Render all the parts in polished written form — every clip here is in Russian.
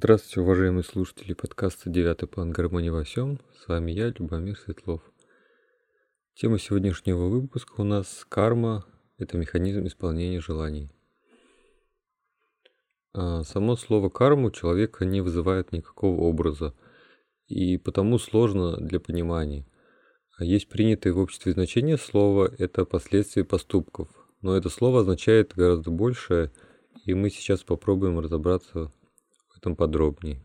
Здравствуйте, уважаемые слушатели подкаста «Девятый план. Гармония во всем». С вами я, Любомир Светлов. Тема сегодняшнего выпуска у нас карма – это механизм исполнения желаний. Само слово «карма» у человека не вызывает никакого образа, и потому сложно для понимания. Есть принятое в обществе значение слова – это последствия поступков, но это слово означает гораздо большее, и мы сейчас попробуем разобраться в этом подробнее.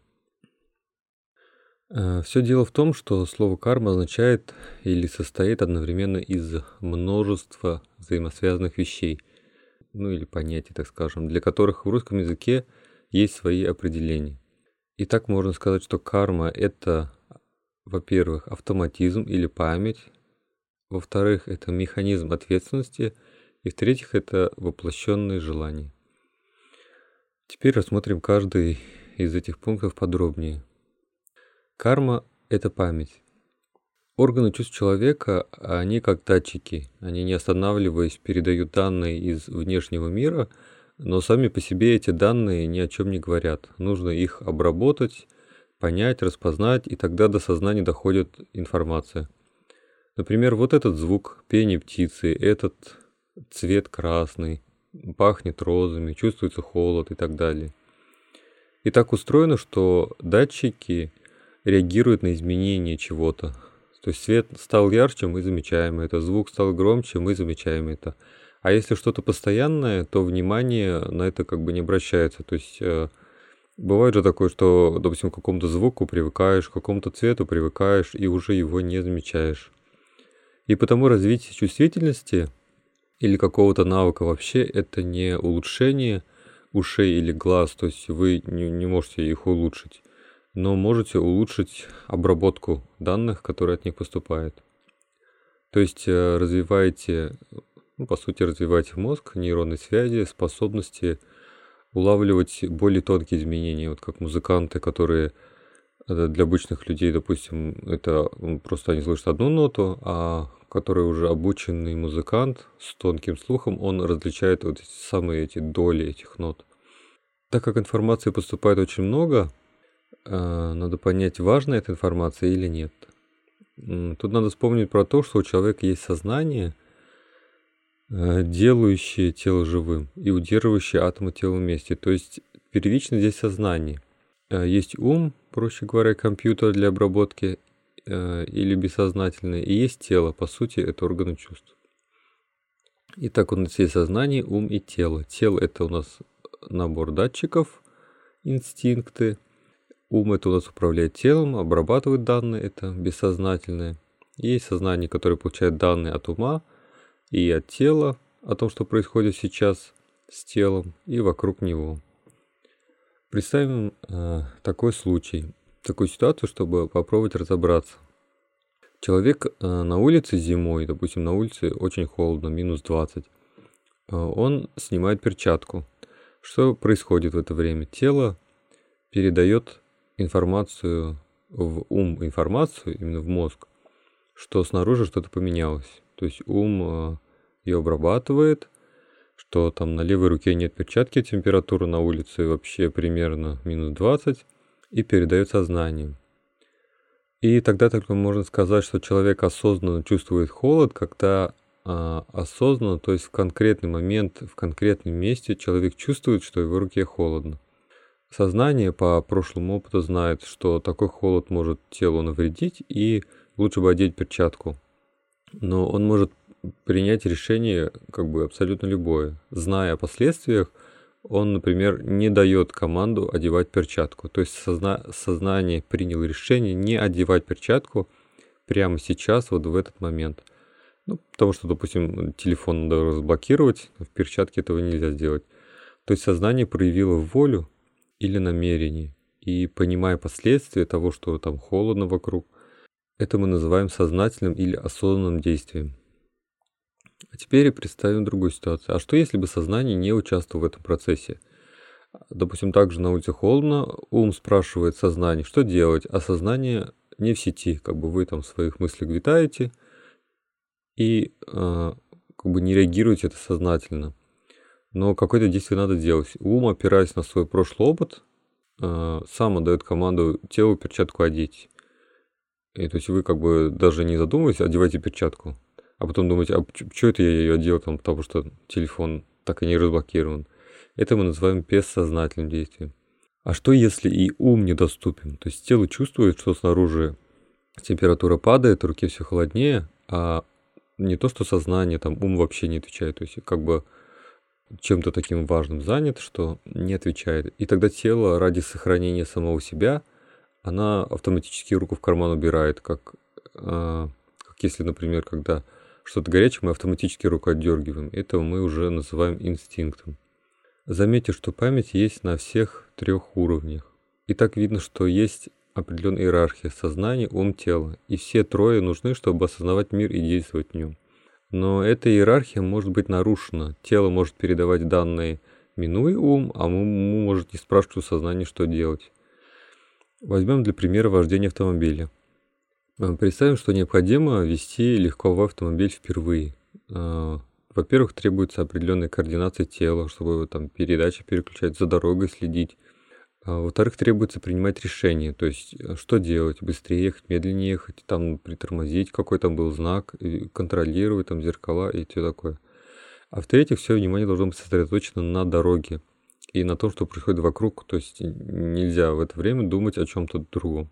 Все дело в том, что слово «карма» означает или состоит одновременно из множества взаимосвязанных вещей, или понятий, так скажем, для которых в русском языке есть свои определения. И так можно сказать, что карма – это, во-первых, автоматизм или память, во-вторых, это механизм ответственности, и в-третьих, это воплощенные желания. Теперь рассмотрим каждый из этих пунктов подробнее. Карма – это память. Органы чувств человека, они как датчики, они не останавливаясь передают данные из внешнего мира, но сами по себе эти данные ни о чем не говорят. Нужно их обработать, понять, распознать, и тогда до сознания доходит информация. Например, вот этот звук пения птицы, этот цвет красный, пахнет розами, чувствуется холод и так далее. И так устроено, что датчики реагируют на изменения чего-то. То есть свет стал ярче, мы замечаем это, звук стал громче, мы замечаем это. А если что-то постоянное, то внимание на это не обращается. То есть бывает же такое, что, допустим, к какому-то звуку привыкаешь, к какому-то цвету привыкаешь и уже его не замечаешь. И потому развитие чувствительности или какого-то навыка вообще это не улучшение ушей или глаз, то есть вы не можете их улучшить, но можете улучшить обработку данных, которые от них поступают. То есть развиваете мозг, нейронные связи, способности улавливать более тонкие изменения, вот как музыканты, которые для обычных людей, допустим, это просто они слышат одну ноту, а который уже обученный музыкант с тонким слухом, он различает вот эти доли этих нот. Так как информации поступает очень много, надо понять, важна эта информация или нет. Тут надо вспомнить про то, что у человека есть сознание, делающее тело живым и удерживающее атомы тела вместе. То есть первично здесь сознание. Есть ум, проще говоря, компьютер для обработки или бессознательное, и есть тело, по сути, это органы чувств. Итак, у нас есть сознание, ум и тело. Тело – это у нас набор датчиков, инстинкты. Ум – это у нас управляет телом, обрабатывает данные, это бессознательное. Есть сознание, которое получает данные от ума и от тела, о том, что происходит сейчас с телом и вокруг него. Представим такой случай, такую ситуацию, чтобы попробовать разобраться. Человек на улице зимой, допустим, на улице очень холодно, минус 20. Он снимает перчатку. Что происходит в это время? Тело передает информацию в ум, именно в мозг, что снаружи что-то поменялось. То есть ум ее обрабатывает, что там на левой руке нет перчатки, температура на улице вообще примерно минус 20, и передает сознанию. И тогда только можно сказать, что человек осознанно чувствует холод, когда осознанно, то есть в конкретный момент, в конкретном месте человек чувствует, что его руке холодно. Сознание по прошлому опыту знает, что такой холод может телу навредить, и лучше бы одеть перчатку. Но он может принять решение абсолютно любое. Зная о последствиях, он, например, не дает команду одевать перчатку. То есть сознание приняло решение не одевать перчатку прямо сейчас, вот в этот момент. Потому что, допустим, телефон надо разблокировать, в перчатке этого нельзя сделать. То есть сознание проявило волю или намерение. И понимая последствия того, что там холодно вокруг, это мы называем сознательным или осознанным действием. А теперь представим другую ситуацию. А что если бы сознание не участвовало в этом процессе? Допустим, также на улице холодно, ум спрашивает сознание, что делать, а сознание не в сети, вы там в своих мыслях витаете и не реагируете это сознательно. Но какое-то действие надо делать. Ум, опираясь на свой прошлый опыт, сам отдает команду телу перчатку одеть. И то есть вы как бы даже не задумываетесь, одевайте перчатку, а потом думаете, а что это я ее одел, там, потому что телефон так и не разблокирован. Это мы называем бессознательным действием. А что если и ум недоступен? То есть тело чувствует, что снаружи температура падает, в руке все холоднее, а не то, что сознание, там ум вообще не отвечает. То есть как бы чем-то таким важным занят, что не отвечает. И тогда тело ради сохранения самого себя, она автоматически руку в карман убирает, как если, например, когда что-то горячее, мы автоматически руку отдергиваем. Это мы уже называем инстинктом. Заметьте, что память есть на всех 3 уровнях. И так видно, что есть определенная иерархия: сознание, ум, тело. И все 3 нужны, чтобы осознавать мир и действовать в нем. Но эта иерархия может быть нарушена. Тело может передавать данные, минуя ум, а ум может не спрашивать у сознания, что делать. Возьмем для примера вождение автомобиля. Представим, что необходимо вести легковой автомобиль впервые. Во-первых, требуется определенная координация тела, чтобы там передачи переключать, за дорогой следить. Во-вторых, требуется принимать решения, то есть что делать: быстрее ехать, медленнее ехать, там притормозить, какой там был знак, и контролировать там зеркала и все такое. А в-третьих, все внимание должно быть сосредоточено на дороге и на том, что происходит вокруг, то есть нельзя в это время думать о чем-то другом.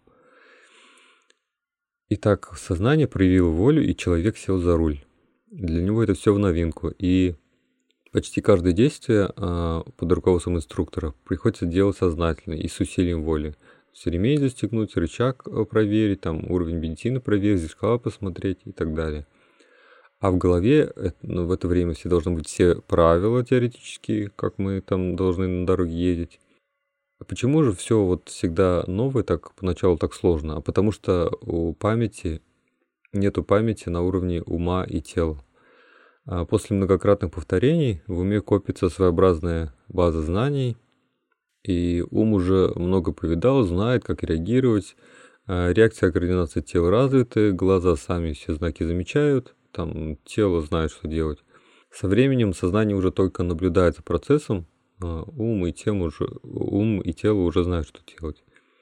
Итак, сознание проявило волю, и человек сел за руль. Для него это все в новинку, и почти каждое действие под руководством инструктора приходится делать сознательно и с усилием воли. Ремень застегнуть, рычаг проверить, там уровень бензина проверить, зеркала посмотреть и так далее. А в голове в это время все должны быть все правила теоретические, как мы там должны на дороге ездить. А почему же все вот всегда новое так поначалу так сложно? А потому что у памяти нету памяти на уровне ума и тела. После многократных повторений в уме копится своеобразная база знаний, и ум уже много повидал, знает, как реагировать. Реакция координации тела развиты, глаза сами все знаки замечают, там тело знает, что делать. Со временем сознание уже только наблюдает за процессом, ум и тело уже знают, что делать.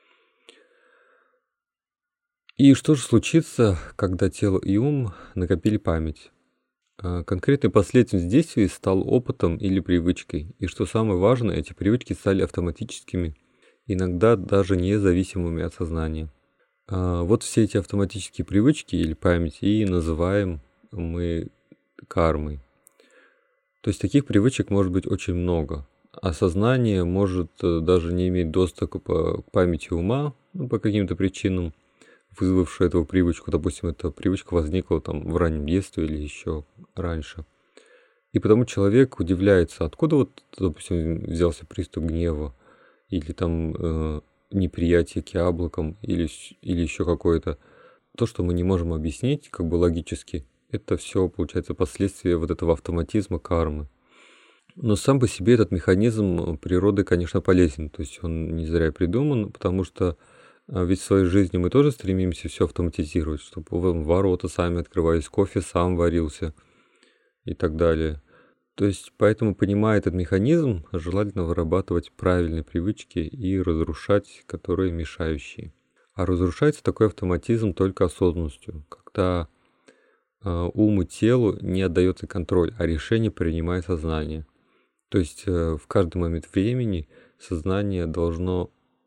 И что же случится, когда тело и ум накопили память? Конкретной последовательность действий стал опытом или привычкой. И что самое важное, эти привычки стали автоматическими, иногда даже независимыми от сознания. Вот все эти автоматические привычки или память и называем мы кармой. То есть таких привычек может быть очень много. А сознание может даже не иметь доступа к памяти ума, по каким-то причинам, вызвавшая эту привычку. Допустим, эта привычка возникла там в раннем детстве или еще раньше. И потому человек удивляется, откуда вот, допустим, взялся приступ гнева, или там неприятие к яблокам, или еще какое-то. То, что мы не можем объяснить как бы логически, это все, получается, последствия вот этого автоматизма кармы. Но сам по себе этот механизм природы, конечно, полезен. То есть он не зря придуман, потому что ведь в своей жизни мы тоже стремимся все автоматизировать, чтобы ворота сами открывались, кофе сам варился и так далее. То есть поэтому, понимая этот механизм, желательно вырабатывать правильные привычки и разрушать, которые мешающие. А разрушается такой автоматизм только осознанностью, когда уму, телу не отдается контроль, а решение принимает сознание. То есть в каждый момент времени сознание должно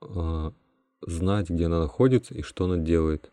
знать, где она находится и что она делает.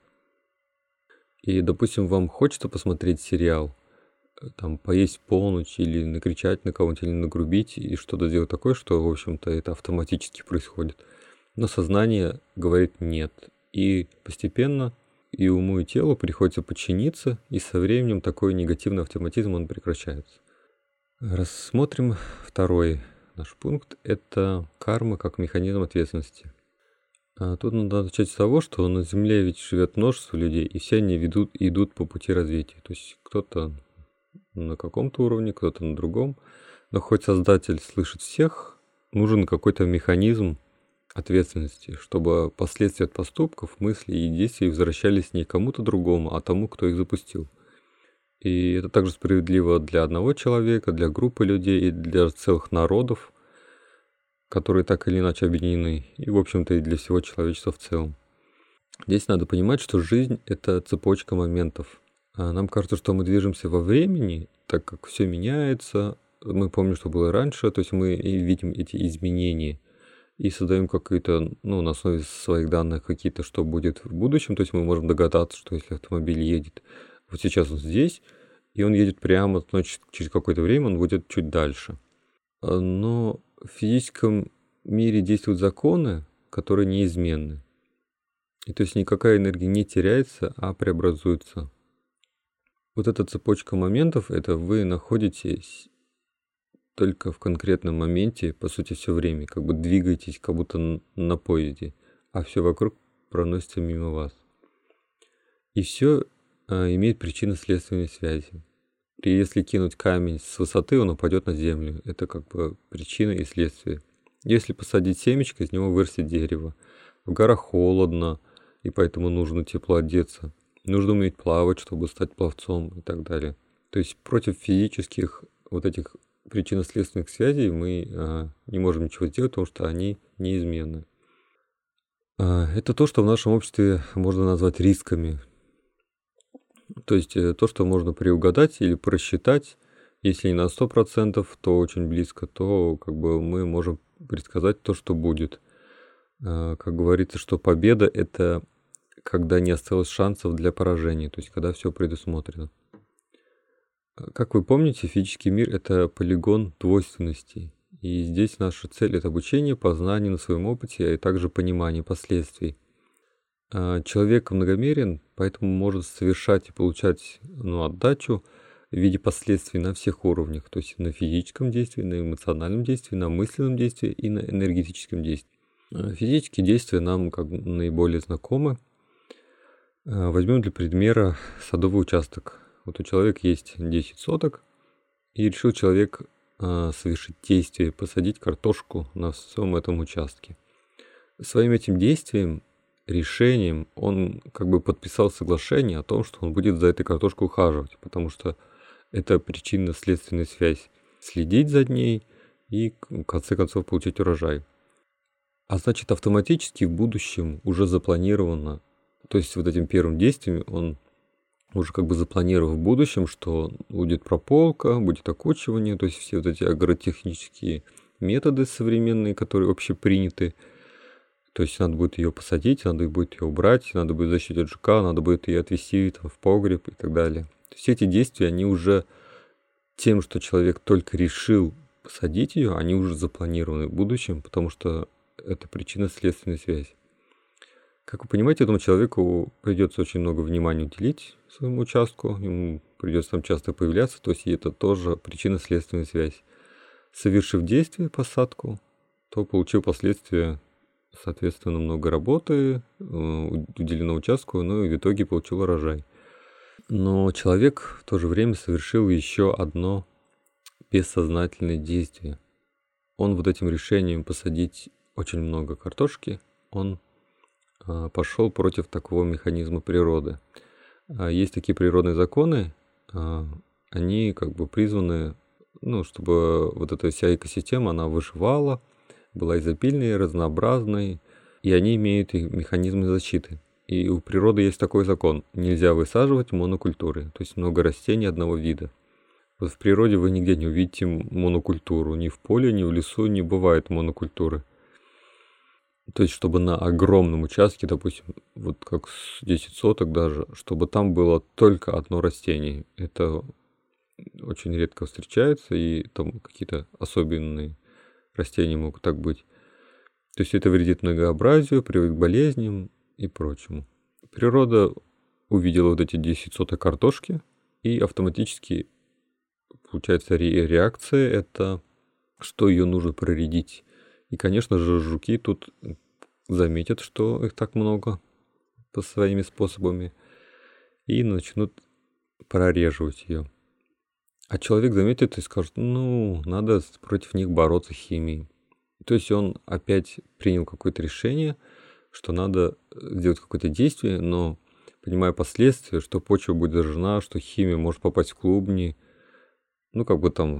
И, допустим, вам хочется посмотреть сериал, там, поесть в полночь или накричать на кого-нибудь, или нагрубить, и что-то сделать такое, что, в общем-то, это автоматически происходит. Но сознание говорит «нет». И постепенно и уму, и телу приходится подчиниться, и со временем такой негативный автоматизм, он прекращается. Рассмотрим второй наш пункт. Это карма как механизм ответственности. Тут надо начать с того, что на Земле ведь живет множество людей, и все они идут по пути развития. То есть кто-то на каком-то уровне, кто-то на другом. Но хоть Создатель слышит всех, нужен какой-то механизм ответственности, чтобы последствия от поступков, мыслей и действий возвращались не кому-то другому, а тому, кто их запустил. И это также справедливо для одного человека, для группы людей и для целых народов. которые так или иначе объединены, и, в общем-то, и для всего человечества в целом. Здесь надо понимать, что жизнь — это цепочка моментов. Нам кажется, что мы движемся во времени, так как все меняется, мы помним, что было раньше, то есть мы и видим эти изменения и создаем какие-то, на основе своих данных какие-то, что будет в будущем, то есть мы можем догадаться, что если автомобиль едет, вот сейчас он здесь, и он едет прямо, значит, через какое-то время он будет чуть дальше. Но в физическом мире действуют законы, которые неизменны. И то есть никакая энергия не теряется, а преобразуется. Вот эта цепочка моментов, это вы находитесь только в конкретном моменте, по сути, все время, как бы двигаетесь, как будто на поезде, а все вокруг проносится мимо вас. И все имеет причинно-следственные связи. И если кинуть камень с высоты, он упадет на землю. Это как бы причина и следствие. Если посадить семечко, из него вырастет дерево. В горах холодно, и поэтому нужно тепло одеться. Нужно уметь плавать, чтобы стать пловцом и так далее. То есть против физических вот этих причинно-следственных связей мы не можем ничего сделать, потому что они неизменны. Это то, что в нашем обществе можно назвать рисками. То есть то, что можно приугадать или просчитать, если не на 100%, то очень близко, то как бы мы можем предсказать то, что будет. Как говорится, что победа — это когда не осталось шансов для поражения, то есть когда все предусмотрено. Как вы помните, физический мир — это полигон двойственностей. И здесь наша цель — это обучение, познание на своем опыте, и также понимание последствий. Человек многомерен, поэтому может совершать и получать отдачу в виде последствий на всех уровнях, то есть на физическом действии, на эмоциональном действии, на мысленном действии и на энергетическом действии. Физические действия нам как наиболее знакомы. Возьмем для примера садовый участок. Вот у человека есть 10 соток, и решил человек совершить действие, посадить картошку на всем этом участке. Своим этим действием, решением, он как бы подписал соглашение о том, что он будет за этой картошкой ухаживать, потому что это причинно-следственная связь. Следить за ней и в конце концов получить урожай. А значит, автоматически в будущем уже запланировано, то есть вот этим первым действием он уже как бы запланировал в будущем, что будет прополка, будет окучивание, то есть все вот эти агротехнические методы современные, которые общеприняты. То есть надо будет ее посадить, надо будет ее убрать, надо будет защитить от жука, надо будет ее отвезти там, в погреб и так далее. То есть эти действия, они уже тем, что человек только решил посадить ее, они уже запланированы в будущем, потому что это причинно-следственная связь. Как вы понимаете, этому человеку придется очень много внимания уделить своему участку, ему придется там часто появляться, то есть это тоже причинно-следственная связь. Совершив действие, посадку, то получил последствия, соответственно, много работы, уделено участку, и в итоге получил урожай. Но человек в то же время совершил еще одно бессознательное действие. Он вот этим решением посадить очень много картошки, он пошел против такого механизма природы. Есть такие природные законы, они как бы призваны, чтобы вот эта вся экосистема, она выживала, была изобильной, разнообразной, и они имеют и механизмы защиты. И у природы есть такой закон: нельзя высаживать монокультуры, то есть много растений одного вида. Вот в природе вы нигде не увидите монокультуру, ни в поле, ни в лесу не бывает монокультуры. То есть, чтобы на огромном участке, допустим, вот как 10 соток даже, чтобы там было только одно растение. Это очень редко встречается, и там какие-то особенные растения могут так быть. То есть это вредит многообразию, приводит к болезням и прочему. Природа увидела вот эти 10 соток картошки, и автоматически получается реакция — это что ее нужно проредить. И, конечно же, жуки тут заметят, что их так много по своими способами, и начнут прореживать ее. А человек заметит и скажет: надо против них бороться химией. То есть он опять принял какое-то решение, что надо сделать какое-то действие, но понимая последствия, что почва будет заражена, что химия может попасть в клубни, там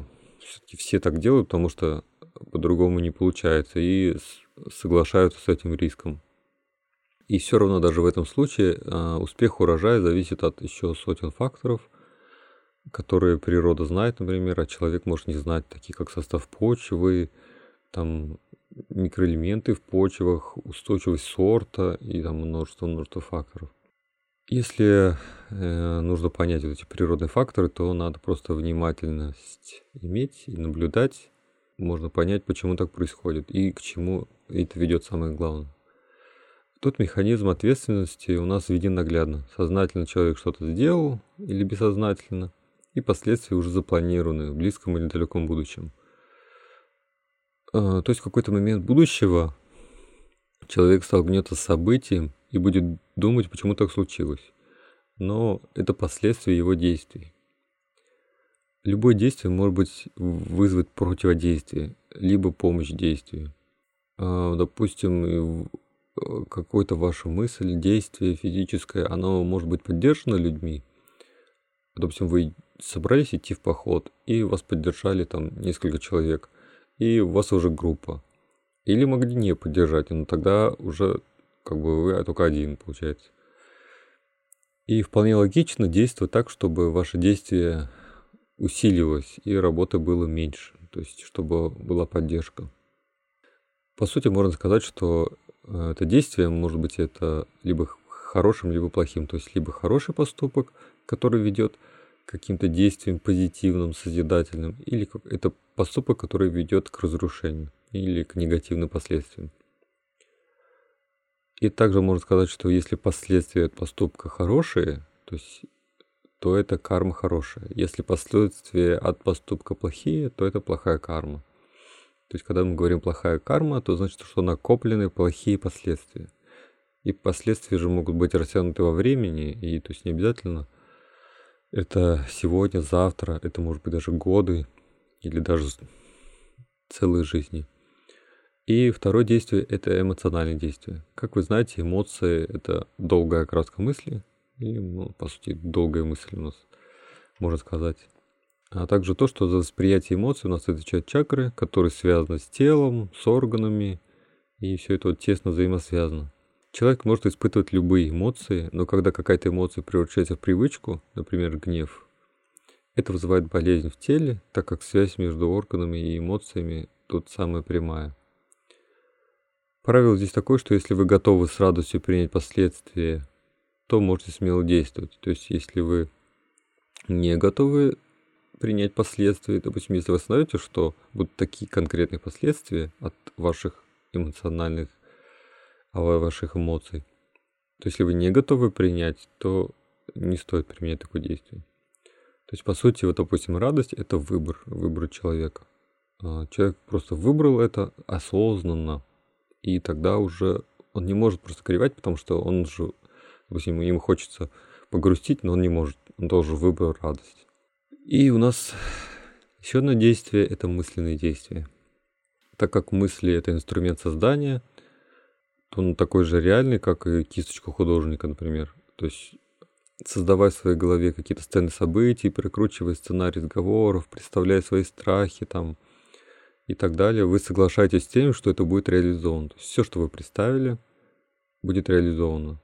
все-таки все так делают, потому что по-другому не получается, и соглашаются с этим риском. И все равно даже в этом случае успех урожая зависит от еще сотен факторов, которые природа знает, например, а человек может не знать, такие как состав почвы, там микроэлементы в почвах, устойчивость сорта и там множество факторов. Если нужно понять вот эти природные факторы, то надо просто внимательность иметь и наблюдать. Можно понять, почему так происходит и к чему это ведет, самое главное. Тут механизм ответственности у нас виден наглядно. Сознательно человек что-то сделал или бессознательно, и последствия уже запланированы в близком или далеком будущем. То есть в какой-то момент будущего человек столкнется с событием и будет думать, почему так случилось. Но это последствия его действий. Любое действие может быть вызвать противодействие, либо помощь действию. Допустим, какая-то ваша мысль, действие физическое, оно может быть поддержано людьми. Допустим, вы собрались идти в поход, и вас поддержали там несколько человек, и у вас уже группа. Или могли не поддержать, но тогда уже как бы вы только один, получается. И вполне логично действовать так, чтобы ваше действие усиливалось и работы было меньше, то есть чтобы была поддержка. По сути, можно сказать, что это действие может быть это либо хорошим, либо плохим. То есть либо хороший поступок, который ведет к каким-то действиям позитивным, созидательным, или это поступок, который ведет к разрушению или к негативным последствиям. И также можно сказать, что если последствия от поступка хорошие, то это карма хорошая. Если последствия от поступка плохие, то это плохая карма. То есть, когда мы говорим плохая карма, то значит, что накоплены плохие последствия. И последствия же могут быть растянуты во времени, и то есть не обязательно это сегодня, завтра, это может быть даже годы или даже целые жизни. И второе действие – это эмоциональное действие. Как вы знаете, эмоции – это долгая окраска мысли, или, по сути, долгая мысль у нас, можно сказать. А также то, что за восприятие эмоций у нас отвечают чакры, которые связаны с телом, с органами, и все это тесно взаимосвязано. Человек может испытывать любые эмоции, но когда какая-то эмоция превращается в привычку, например, гнев, это вызывает болезнь в теле, так как связь между органами и эмоциями тут самая прямая. Правило здесь такое, что если вы готовы с радостью принять последствия, то можете смело действовать. То есть, если вы не готовы принять последствия, допустим, если вы знаете, что будут такие конкретные последствия от ваших эмоциональных, ваших эмоций, то если вы не готовы принять, то не стоит применять такое действие. То есть, по сути, вот, допустим, радость – это выбор человека. Человек просто выбрал это осознанно, и тогда уже он не может просто горевать, потому что он же, допустим, ему хочется погрустить, но он не может, он тоже выбрал радость. И у нас еще одно действие – это мысленные действия. Так как мысли – это инструмент создания, то он такой же реальный, как и кисточка художника, например. То есть, создавая в своей голове какие-то сцены событий, прикручивая сценарий разговоров, представляя свои страхи там, и так далее, вы соглашаетесь с тем, что это будет реализовано. То есть, все, что вы представили, будет реализовано.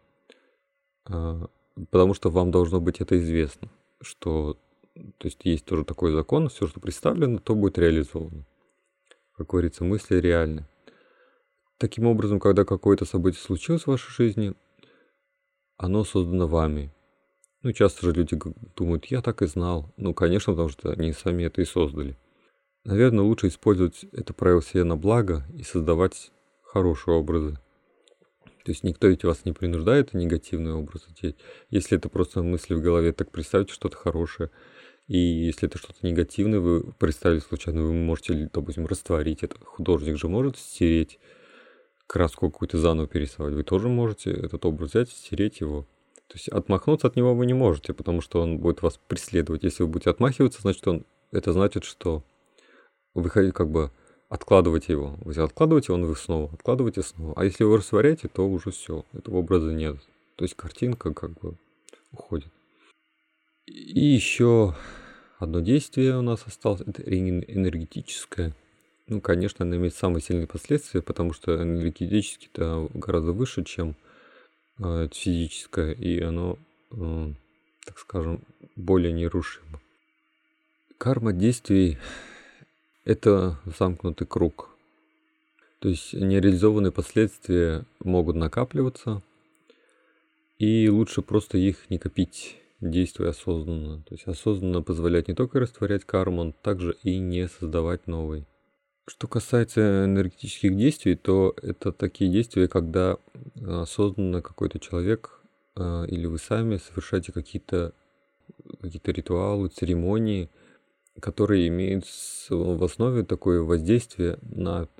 Потому что вам должно быть это известно, что то есть тоже такой закон, все, что представлено, то будет реализовано. Как говорится, мысли реальны. Таким образом, когда какое-то событие случилось в вашей жизни, оно создано вами. Часто же люди думают, я так и знал. Конечно, потому что они сами это и создали. Наверное, лучше использовать это правило себе на благо и создавать хорошие образы. То есть никто ведь вас не принуждает негативные образы делать. Если это просто мысли в голове, так представьте что-то хорошее. И если это что-то негативное, вы представили случайно, вы можете, допустим, растворить это. Художник же может стереть, краску какую-то заново перерисовать. Вы тоже можете этот образ взять, стереть его. То есть отмахнуться от него вы не можете, потому что он будет вас преследовать. Если вы будете отмахиваться, это значит, что вы как бы откладываете его. Вы откладываете, он вы снова, откладываете снова. А если вы растворяете, то уже все, этого образа нет. То есть картинка как бы уходит. И еще одно действие у нас осталось, это энергетическое. Ну, конечно, оно имеет самые сильные последствия, потому что энергетически-то гораздо выше, чем физическое, и оно, так скажем, более нерушимо. Карма действий – это замкнутый круг. То есть нереализованные последствия могут накапливаться, и лучше просто их не копить, действуя осознанно. То есть осознанно позволять не только растворять карму, но также и не создавать новый. Что касается энергетических действий, то это такие действия, когда осознанно какой-то человек или вы сами совершаете какие-то ритуалы, церемонии, которые имеют в основе такое воздействие на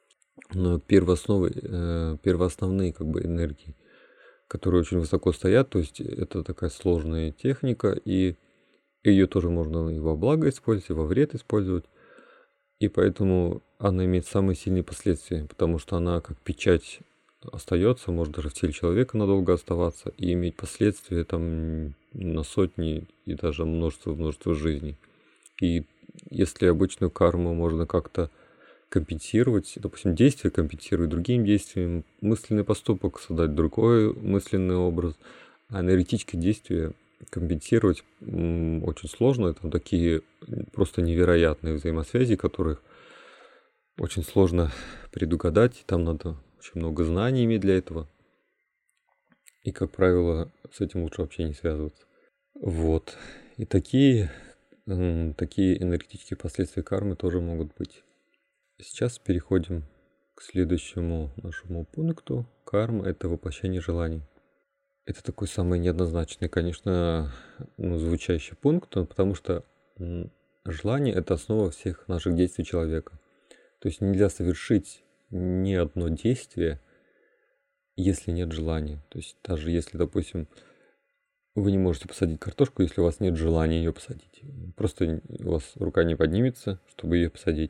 первоосновные как бы энергии, которые очень высоко стоят. То есть это такая сложная техника, и ее тоже можно и во благо использовать, и во вред использовать. И поэтому она имеет самые сильные последствия, потому что она как печать остается, может даже в теле человека надолго оставаться и иметь последствия там на сотни и даже множество жизней. И если обычную карму можно как-то компенсировать, допустим, действие компенсировать другим действием, мысленный поступок создать другой мысленный образ, а энергетическое действие компенсировать очень сложно. Это такие просто невероятные взаимосвязи, которых очень сложно предугадать. Там надо очень много знаний иметь для этого. И, как правило, с этим лучше вообще не связываться. Вот. И такие энергетические последствия кармы тоже могут быть. Сейчас переходим к следующему нашему пункту. Карма – это воплощение желаний. Это такой самый неоднозначный, конечно, звучащий пункт, потому что желание – это основа всех наших действий человека. То есть нельзя совершить ни одно действие, если нет желания. То есть даже если, допустим, вы не можете посадить картошку, если у вас нет желания ее посадить. Просто у вас рука не поднимется, чтобы ее посадить.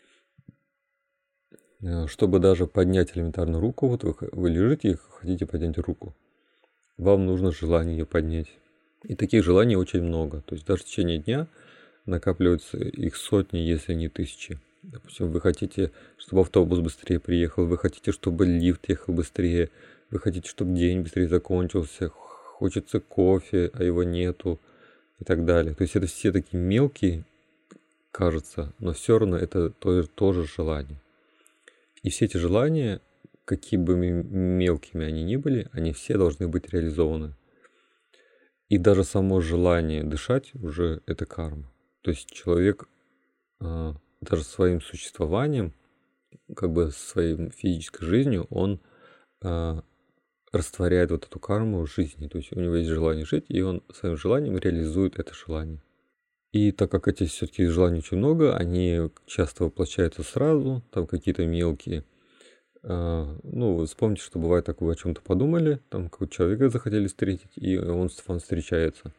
Чтобы даже поднять элементарную руку, вот вы лежите и хотите поднять руку, вам нужно желание ее поднять. И таких желаний очень много. То есть даже в течение дня накапливаются их сотни, если не тысячи. Допустим, вы хотите, чтобы автобус быстрее приехал, вы хотите, чтобы лифт ехал быстрее, вы хотите, чтобы день быстрее закончился, хочется кофе, а его нету и так далее. То есть это все такие мелкие, кажется, но все равно это тоже желание. И все эти желания, какими бы мелкими они ни были, они все должны быть реализованы. И даже само желание дышать уже это карма. То есть человек даже своим существованием, как бы своей физической жизнью, он растворяет вот эту карму в жизни. То есть у него есть желание жить, и он своим желанием реализует это желание. И так как эти все-таки желаний очень много, они часто воплощаются сразу, там какие-то мелкие. Ну, вспомните, что бывает так, вы о чем-то подумали, там какого-то человека захотели встретить, и он с вами встречается.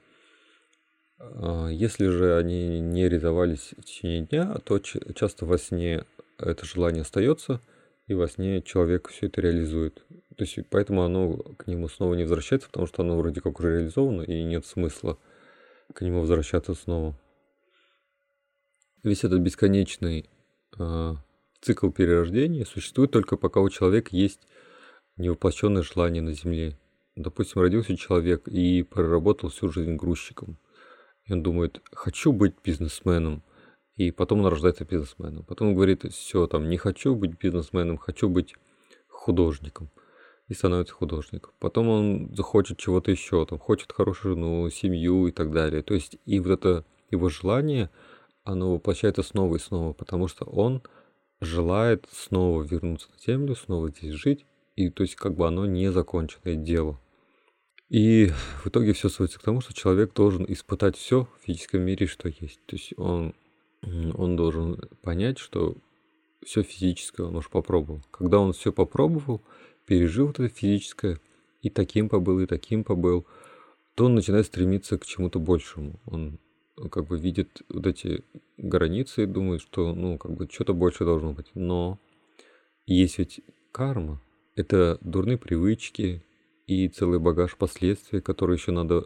Если же они не реализовались в течение дня, то часто во сне это желание остается, и во сне человек все это реализует. То есть поэтому оно к нему снова не возвращается, потому что оно вроде как уже реализовано, и нет смысла к нему возвращаться снова. Весь этот бесконечный цикл перерождения существует только пока у человека есть невоплощенное желание на Земле. Допустим, родился человек и проработал всю жизнь грузчиком. И он думает, хочу быть бизнесменом. И потом он рождается бизнесменом. Потом он говорит, все, там, не хочу быть бизнесменом, хочу быть художником. И становится художником. Потом он захочет чего-то еще, там, хочет хорошую жену, семью и так далее. То есть и вот это его желание, оно воплощается снова и снова, потому что он желает снова вернуться на Землю, снова здесь жить, и то есть как бы оно не законченное дело. И в итоге все сводится к тому, что человек должен испытать все в физическом мире, что есть. То есть он должен понять, что все физическое он уже попробовал. Когда он все попробовал, пережил вот это физическое, и таким побыл, то он начинает стремиться к чему-то большему. Он как бы видит вот эти границы и думает, что, ну, как бы что-то больше должно быть. Но есть ведь карма. Это дурные привычки и целый багаж последствий, которые еще надо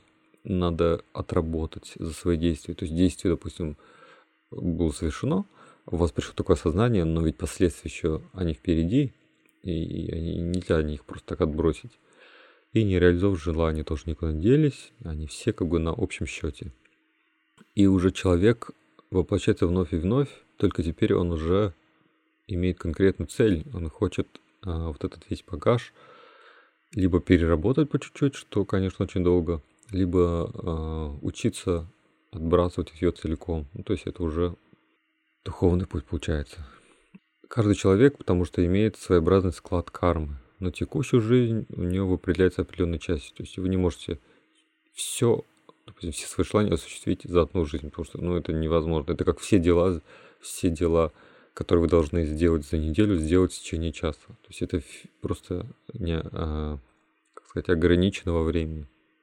надо отработать за свои действия. То есть действие, допустим, было совершено, у вас пришло такое сознание, но ведь последствия еще, они впереди, и нельзя их просто так отбросить. И нереализованные желания тоже никуда не делись, они все как бы на общем счете. И уже человек воплощается вновь и вновь, только теперь он уже имеет конкретную цель, он хочет вот этот весь багаж либо переработать по чуть-чуть, что, конечно, очень долго, либо учиться отбрасывать ее целиком. Ну, то есть это уже духовный путь получается. Каждый человек, потому что имеет своеобразный склад кармы, но текущую жизнь у него определяется определенной частью. То есть вы не можете все, допустим, все свои желания осуществить за одну жизнь, потому что это невозможно. Это как все дела, которые вы должны сделать за неделю, сделать в течение часа. То есть это просто не, как сказать, ограничено во времени.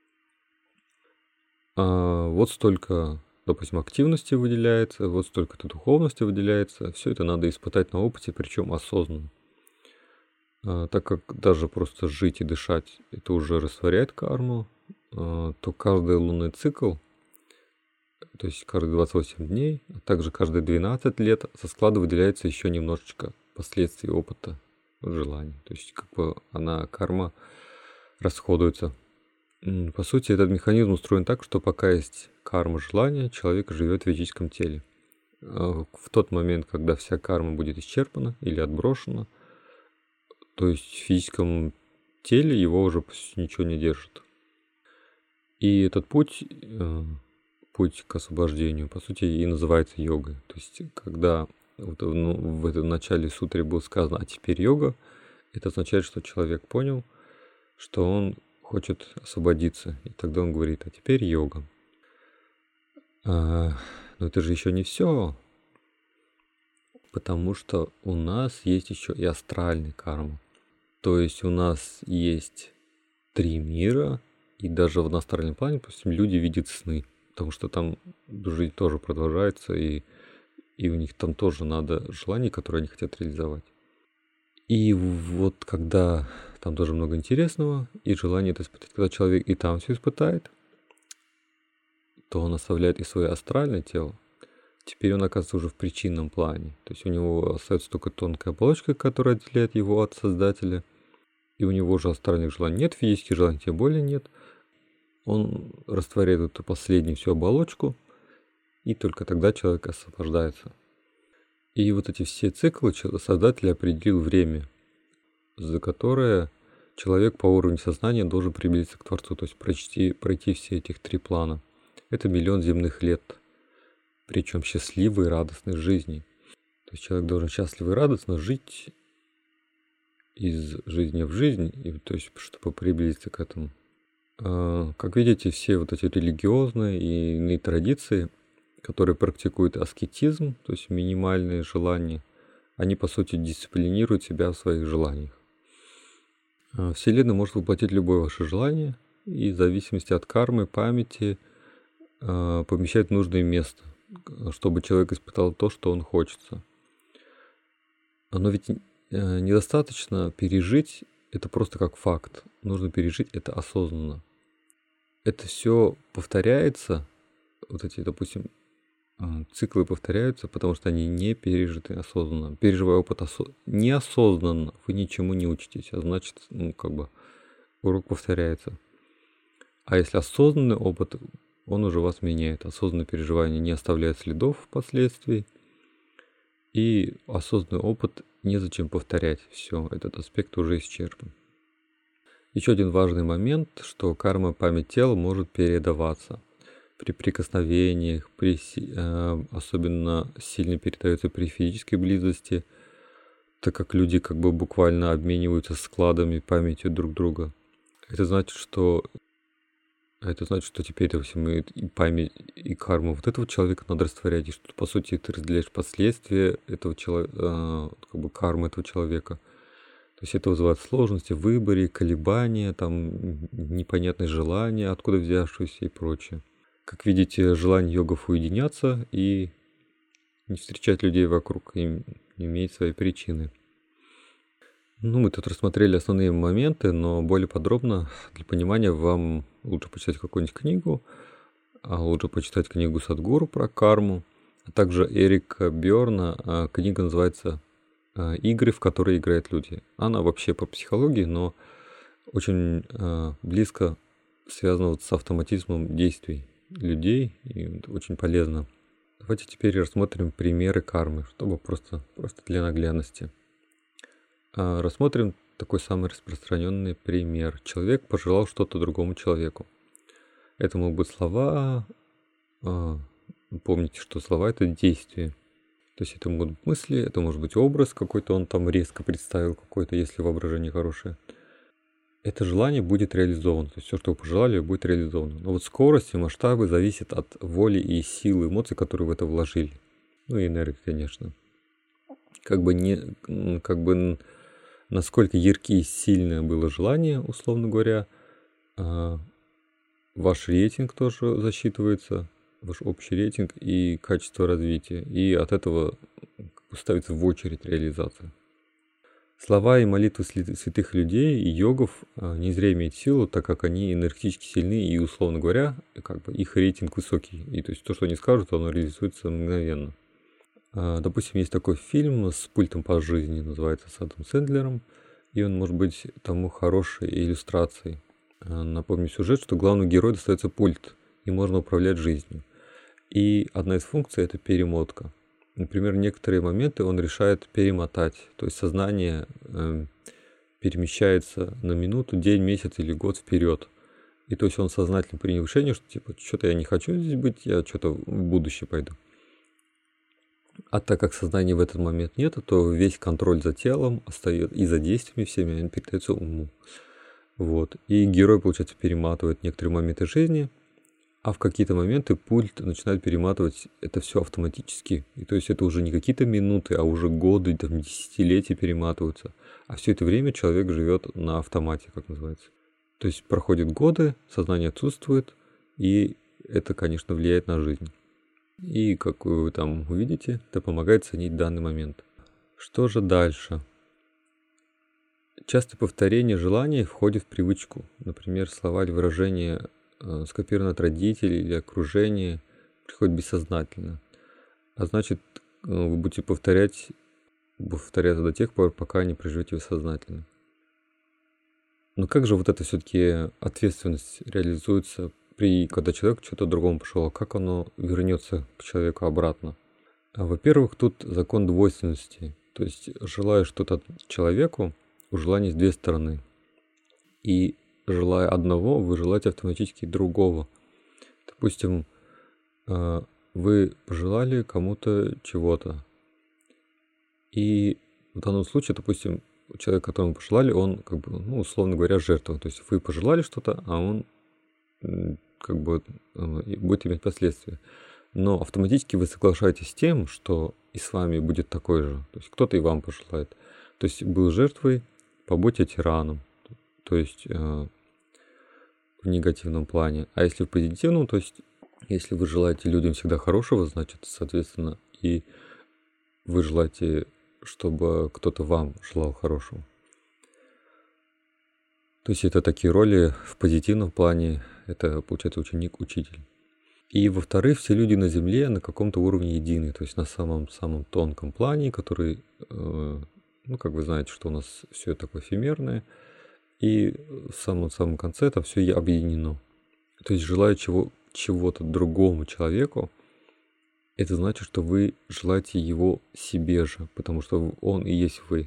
Вот столько, допустим, активности выделяется, вот столько-то духовности выделяется. Все это надо испытать на опыте, причем осознанно. Так как даже просто жить и дышать, это уже растворяет карму, то каждый лунный цикл, то есть каждые 28 дней, а также каждые 12 лет со склада выделяется еще немножечко последствий опыта, желаний. То есть как бы карма расходуется. По сути, этот механизм устроен так, что пока есть карма желания, человек живет в физическом теле. В тот момент, когда вся карма будет исчерпана или отброшена, то есть в физическом теле его уже ничего не держит. И этот путь к освобождению, по сути, и называется йогой. То есть, когда в этом начале сутре было сказано «а теперь йога», это означает, что человек понял, что он хочет освободиться. И тогда он говорит «а теперь йога». Но это же еще не все, потому что у нас есть еще и астральная карма. То есть у нас есть 3 мира, и даже в астральном плане, допустим, люди видят сны, потому что там жизнь тоже продолжается, и у них там тоже надо желания, которые они хотят реализовать. И вот когда там тоже много интересного, и желание это испытать, когда человек и там все испытает, то он оставляет и свое астральное тело. Теперь он оказывается уже в причинном плане. То есть у него остается только тонкая оболочка, которая отделяет его от Создателя. И у него уже астральных желаний нет, физических желаний тем более нет. Он растворяет эту последнюю всю оболочку, и только тогда человек освобождается. И вот эти все циклы Создатель определил время, за которое человек по уровню сознания должен приблизиться к Творцу, то есть пройти все этих 3 плана. Это 1 000 000 земных лет, причем счастливой и радостной жизни. То есть человек должен счастливо и радостно жить из жизни в жизнь, и, то есть чтобы приблизиться к этому. Как видите, все вот эти религиозные и иные традиции, которые практикуют аскетизм, то есть минимальные желания, они по сути дисциплинируют себя в своих желаниях. Вселенная может воплотить любое ваше желание и в зависимости от кармы, памяти помещать в нужное место, чтобы человек испытал то, что он хочется. Но ведь недостаточно пережить это просто как факт. Нужно пережить это осознанно. Это все повторяется, вот эти, допустим, циклы повторяются, потому что они не пережиты осознанно. Переживая опыт неосознанно, вы ничему не учитесь, а значит, урок повторяется. А если осознанный опыт, он уже вас меняет. Осознанное переживание не оставляет следов впоследствии, и осознанный опыт незачем повторять. Все, этот аспект уже исчерпан. Еще один важный момент, что карма память тела может передаваться при прикосновениях, особенно сильно передается при физической близости, так как люди как бы буквально обмениваются складами памяти друг друга. Это значит, что теперь, допустим, и память, и карму вот этого человека надо растворять, и что, по сути, ты разделяешь последствия этого человека, кармы этого человека. То есть это вызывает сложности в выборе, колебания, там, непонятные желания, откуда взявшиеся и прочее. Как видите, желание йогов уединяться и не встречать людей вокруг, им имеет свои причины. Ну, мы тут рассмотрели основные моменты, но более подробно для понимания вам лучше почитать какую-нибудь книгу, лучше почитать книгу Садхгуру про карму, а также Эрика Бёрна. Книга называется «Игры, в которые играют люди». Она вообще по психологии, но очень близко связана вот с автоматизмом действий людей, и это очень полезно. Давайте теперь рассмотрим примеры кармы, чтобы просто для наглядности. Рассмотрим такой самый распространенный пример. Человек пожелал что-то другому человеку. Это могут быть слова. Помните, что слова — это действия. То есть это могут быть мысли, это может быть образ какой-то, он там резко представил какой-то, если воображение хорошее. Это желание будет реализовано. То есть все, что вы пожелали, будет реализовано. Но вот скорость и масштабы зависят от воли и силы эмоций, которые в это вложили. Ну и энергии, конечно. Насколько яркие и сильное было желание, условно говоря, ваш рейтинг тоже засчитывается, ваш общий рейтинг и качество развития. И от этого ставится в очередь реализация. Слова и молитвы святых людей и йогов не зря имеют силу, так как они энергетически сильны и, условно говоря, их рейтинг высокий. И то есть то, что они скажут, оно реализуется мгновенно. Допустим, есть такой фильм с пультом по жизни, называется, с Адамом Сэндлером, и он может быть тому хорошей иллюстрацией. Напомню сюжет, что главному герою достается пульт, и можно управлять жизнью. И одна из функций — это перемотка. Например, некоторые моменты он решает перемотать, то есть сознание перемещается на минуту, день, месяц или год вперед. И то есть он сознательно принял решение, что типа что-то я не хочу здесь быть, я что-то в будущее пойду. А так как сознания в этот момент нет, то весь контроль за телом остается и за действиями всеми, они передаются уму. Вот. И герой, получается, перематывает некоторые моменты жизни, а в какие-то моменты пульт начинает перематывать это все автоматически. И то есть это уже не какие-то минуты, а уже годы, там, десятилетия перематываются. А все это время человек живет на автомате, как называется. То есть проходят годы, сознание отсутствует, и это, конечно, влияет на жизнь. И, как вы там увидите, это помогает ценить данный момент. Что же дальше? Частое повторение желаний входит в привычку. Например, слова или выражения, скопированы от родителей или окружения, приходят бессознательно. А значит, вы будете повторяться до тех пор, пока не проживете сознательно. Но как же вот это все-таки ответственность реализуется когда человек что-то другому пошел, как оно вернется к человеку обратно? Во-первых, тут закон двойственности. То есть, желая что-то человеку, у желания есть две стороны. И желая одного, вы желаете автоматически другого. Допустим, вы пожелали кому-то чего-то. И в данном случае, допустим, человек, которому пожелали, он, условно говоря, жертва. То есть вы пожелали что-то, а он будет иметь последствия. Но автоматически вы соглашаетесь с тем, что и с вами будет такой же. То есть кто-то и вам пожелает. То есть был жертвой, побудьте тираном. То есть в негативном плане. А если в позитивном, то есть если вы желаете людям всегда хорошего, значит, соответственно, и вы желаете, чтобы кто-то вам желал хорошего. То есть это такие роли в позитивном плане, это получается ученик-учитель. И во-вторых, все люди на Земле на каком-то уровне едины, то есть на самом тонком плане, который, как вы знаете, что у нас все такое эфемерное, и в самом конце там все объединено. То есть желая чего-то другому человеку, это значит, что вы желаете его себе же, потому что он и есть вы.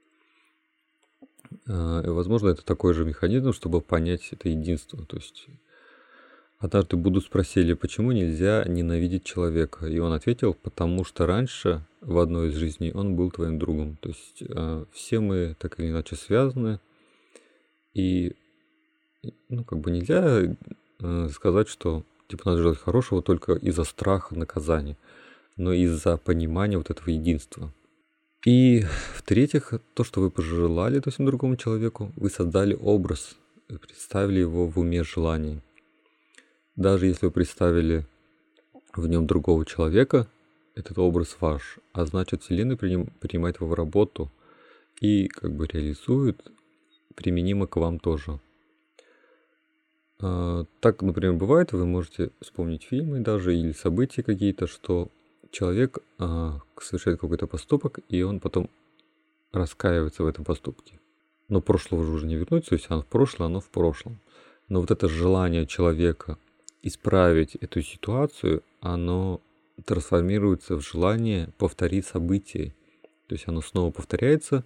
И, возможно, это такой же механизм, чтобы понять это единство. То есть однажды Будду спросили, почему нельзя ненавидеть человека, и он ответил, потому что раньше в одной из жизней он был твоим другом. То есть все мы так или иначе связаны, и нельзя сказать, что надо желать хорошего только из-за страха наказания, но из-за понимания вот этого единства. И в-третьих, то, что вы пожелали другому человеку, вы создали образ, представили его в уме желаний. Даже если вы представили в нем другого человека, этот образ ваш, а значит, Вселенная принимает его в работу, и как бы реализует, применимо к вам тоже. Так, например, бывает, вы можете вспомнить фильмы даже или события какие-то, что человек совершает какой-то поступок, и он потом раскаивается в этом поступке. Но прошлого же уже не вернуть, то есть оно в прошлом, оно в прошлом. Но вот это желание человека исправить эту ситуацию, оно трансформируется в желание повторить события. То есть оно снова повторяется,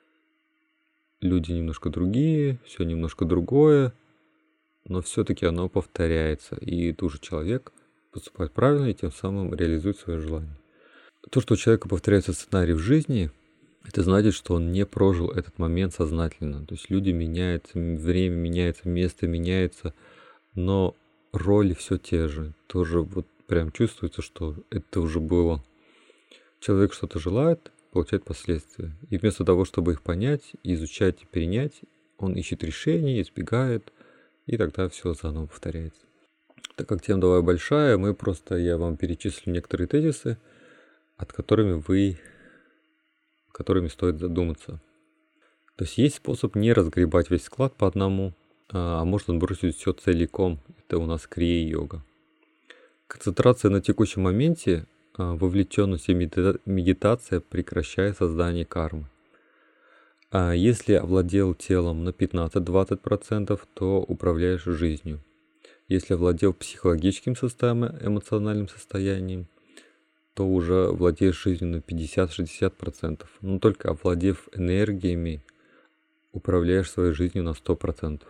люди немножко другие, все немножко другое, но все-таки оно повторяется. И тут же человек поступает правильно и тем самым реализует свое желание. То, что у человека повторяется сценарий в жизни, это значит, что он не прожил этот момент сознательно. То есть люди меняются, время меняется, место меняется, но роли все те же. Тоже вот прям чувствуется, что это уже было. Человек что-то желает, получает последствия. И вместо того, чтобы их понять, изучать и перенять, он ищет решения, избегает, и тогда все заново повторяется. Так как тема давай большая, я вам перечислю некоторые тезисы, которыми стоит задуматься. То есть есть способ не разгребать весь склад по одному, а можно отбросить все целиком. Это у нас крия-йога. Концентрация на текущем моменте, вовлеченность и медитация прекращает создание кармы. А если овладел телом на 15-20%, то управляешь жизнью. Если овладел психологическим состоянием, эмоциональным состоянием, то уже владеешь жизнью на 50-60%. Но только овладев энергиями, управляешь своей жизнью на 100%.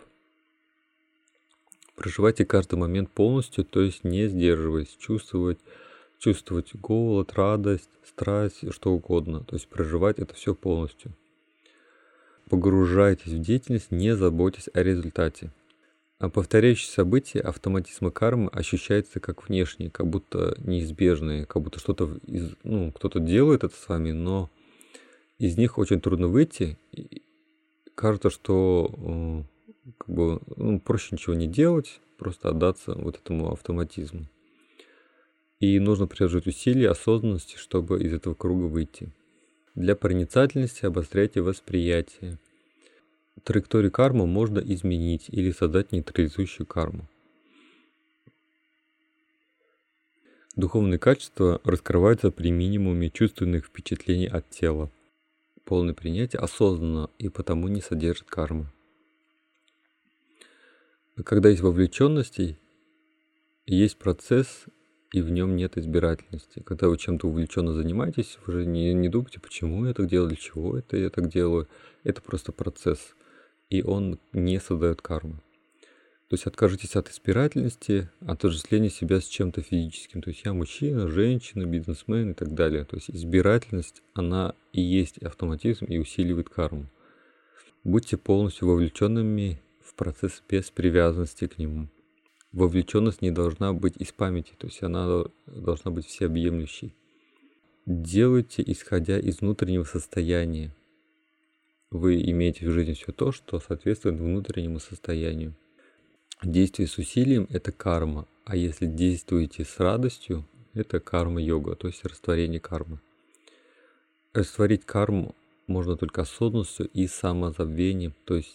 Проживайте каждый момент полностью, то есть не сдерживаясь, чувствовать голод, радость, страсть, что угодно. То есть проживать это все полностью. Погружайтесь в деятельность, не заботьтесь о результате. А повторяющиеся события автоматизма кармы ощущаются как внешние, как будто неизбежные, как будто кто-то делает это с вами, но из них очень трудно выйти. И кажется, что проще ничего не делать, просто отдаться вот этому автоматизму. И нужно приложить усилия осознанности, чтобы из этого круга выйти. Для проницательности обостряйте восприятие. Траекторию кармы можно изменить или создать нейтрализующую карму. Духовные качества раскрываются при минимуме чувственных впечатлений от тела. Полное принятие осознанно и потому не содержит кармы. Когда есть вовлеченность, есть процесс, и в нем нет избирательности. Когда вы чем-то увлеченно занимаетесь, вы же не думаете, почему я так делаю, для чего это я так делаю. Это просто процесс, и он не создает кармы. То есть откажитесь от избирательности, от отождествления себя с чем-то физическим. То есть я мужчина, женщина, бизнесмен и так далее. То есть избирательность, она и есть автоматизм и усиливает карму. Будьте полностью вовлеченными в процесс без привязанности к нему. Вовлеченность не должна быть из памяти, то есть она должна быть всеобъемлющей. Делайте, исходя из внутреннего состояния. Вы имеете в жизни все то, что соответствует внутреннему состоянию. Действие с усилием – это карма, а если действуете с радостью – это карма-йога, то есть растворение кармы. Растворить карму можно только осознанностью и самозабвением, то есть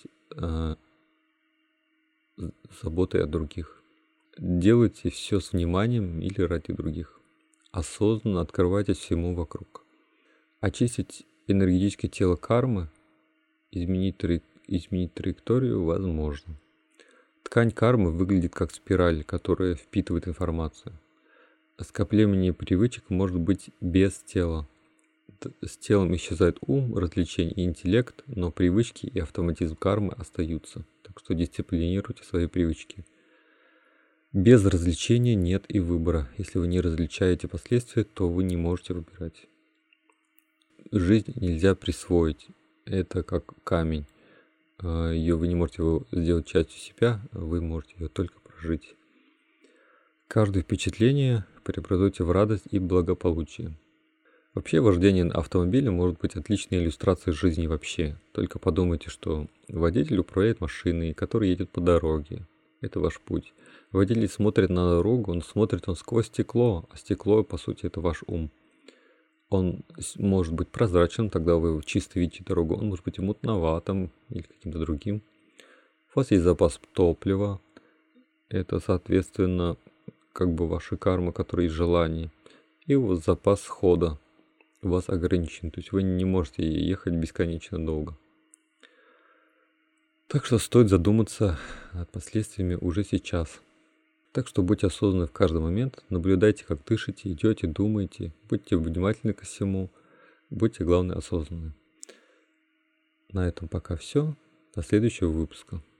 заботой о других. Делайте все с вниманием или ради других. Осознанно открывайтесь всему вокруг. Очистить энергетическое тело кармы, изменить траекторию возможно. Ткань кармы выглядит как спираль, которая впитывает информацию. Скопление привычек может быть без тела. С телом исчезает ум, развлечение и интеллект, но привычки и автоматизм кармы остаются. Так что дисциплинируйте свои привычки. Без развлечения нет и выбора. Если вы не различаете последствия, то вы не можете выбирать. Жизнь нельзя присвоить. Это как камень. Вы не можете его сделать частью себя, вы можете ее только прожить. Каждое впечатление преобразуйте в радость и благополучие. Вообще, вождение автомобиля может быть отличной иллюстрацией жизни вообще. Только подумайте, что водитель управляет машиной, которая едет по дороге. Это ваш путь. Водитель смотрит на дорогу, он смотрит сквозь стекло, а стекло, по сути, это ваш ум. Он может быть прозрачным, тогда вы чисто видите дорогу. Он может быть и мутноватым или каким-то другим. У вас есть запас топлива. Это, соответственно, как бы ваши кармы, которые есть желания. И у вас запас хода у вас ограничен. То есть вы не можете ехать бесконечно долго. Так что стоит задуматься над последствиями уже сейчас. Так что будьте осознанны в каждый момент, наблюдайте, как дышите, идете, думаете, будьте внимательны ко всему, будьте, главное, осознанны. На этом пока все. До следующего выпуска.